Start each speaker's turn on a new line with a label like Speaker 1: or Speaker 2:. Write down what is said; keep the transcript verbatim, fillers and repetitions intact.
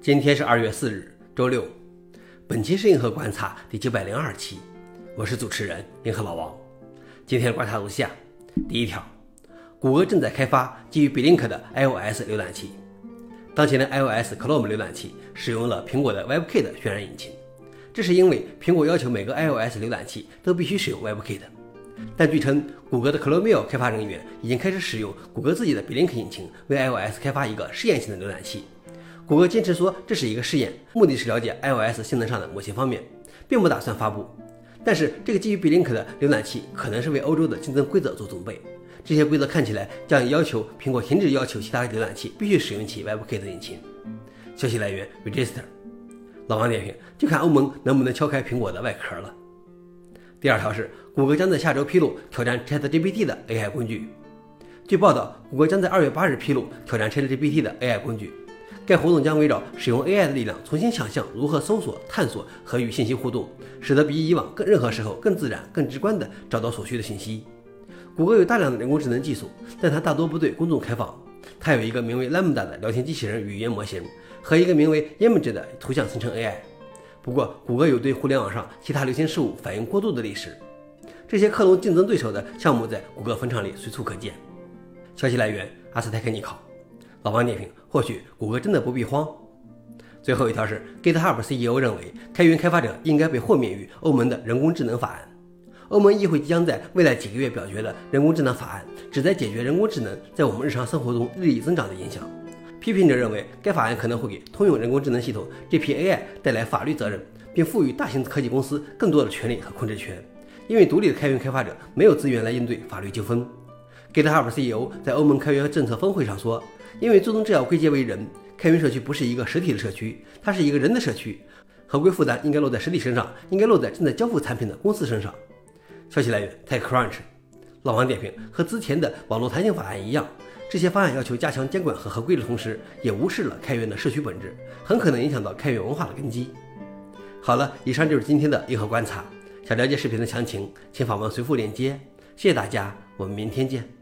Speaker 1: 今天是二月四日，周六。本期是硬核观察第九百零二期，我是主持人硬核老王。今天的观察如下：第一条，谷歌正在开发基于 Blink 的 iOS 浏览器。当前的 iOS Chrome 浏览器使用了苹果的 WebKit 渲染引擎，这是因为苹果要求每个 iOS 浏览器都必须使用 WebKit。但据称，谷歌的 Chromium 开发人员已经开始使用谷歌自己的 Blink 引擎为 iOS 开发一个试验性的浏览器。谷歌坚持说这是一个试验，目的是了解 iOS 性能上的某些方面，并不打算发布。但是这个基于 Blink 的浏览器可能是为欧洲的竞争规则做准备，这些规则看起来将要求苹果停止要求其他浏览器必须使用其 WebKit 引擎。消息来源 Register。 老王点评，就看欧盟能不能敲开苹果的外壳了。第二条是，谷歌将在下周披露挑战 ChatGPT 的 A I 工具。据报道，谷歌将在二月八日披露挑战 ChatGPT 的 A I 工具。该活动将围绕使用 A I 的力量重新想象如何搜索、探索和与信息互动，使得比以往更任何时候更自然、更直观地找到所需的信息。谷歌有大量的人工智能技术，但它大多不对公众开放。它有一个名为 Lambda 的聊天机器人语言模型和一个名为 Image 的图像生成 A I。不过，谷歌有对互联网上其他流行事物反应过度的历史。这些克隆竞争对手的项目在谷歌坟场里随处可见。消息来源阿斯泰克尼考。老王点评，或许谷歌真的不必慌。最后一条是 GitHub C E O 认为开源开发者应该被豁免于欧盟的人工智能法案。欧盟议会即将在未来几个月表决的人工智能法案旨在解决人工智能在我们日常生活中日益增长的影响。批评者认为该法案可能会给通用人工智能系统 G P A I 带来法律责任，并赋予大型科技公司更多的权利和控制权，因为独立的开源开发者没有资源来应对法律纠纷。GitHub C E O 在欧盟开源政策峰会上说，因为最终这要归结为人，开源社区不是一个实体的社区，它是一个人的社区，合规负担应该落在实体身上，应该落在正在交付产品的公司身上。消息来源 TechCrunch。 老王点评，和之前的网络弹性法案一样，这些方案要求加强监管和合规的同时，也无视了开源的社区本质，很可能影响到开源文化的根基。好了，以上就是今天的硬核观察。想了解视频的详情，请访问随附链接。谢谢大家，我们明天见。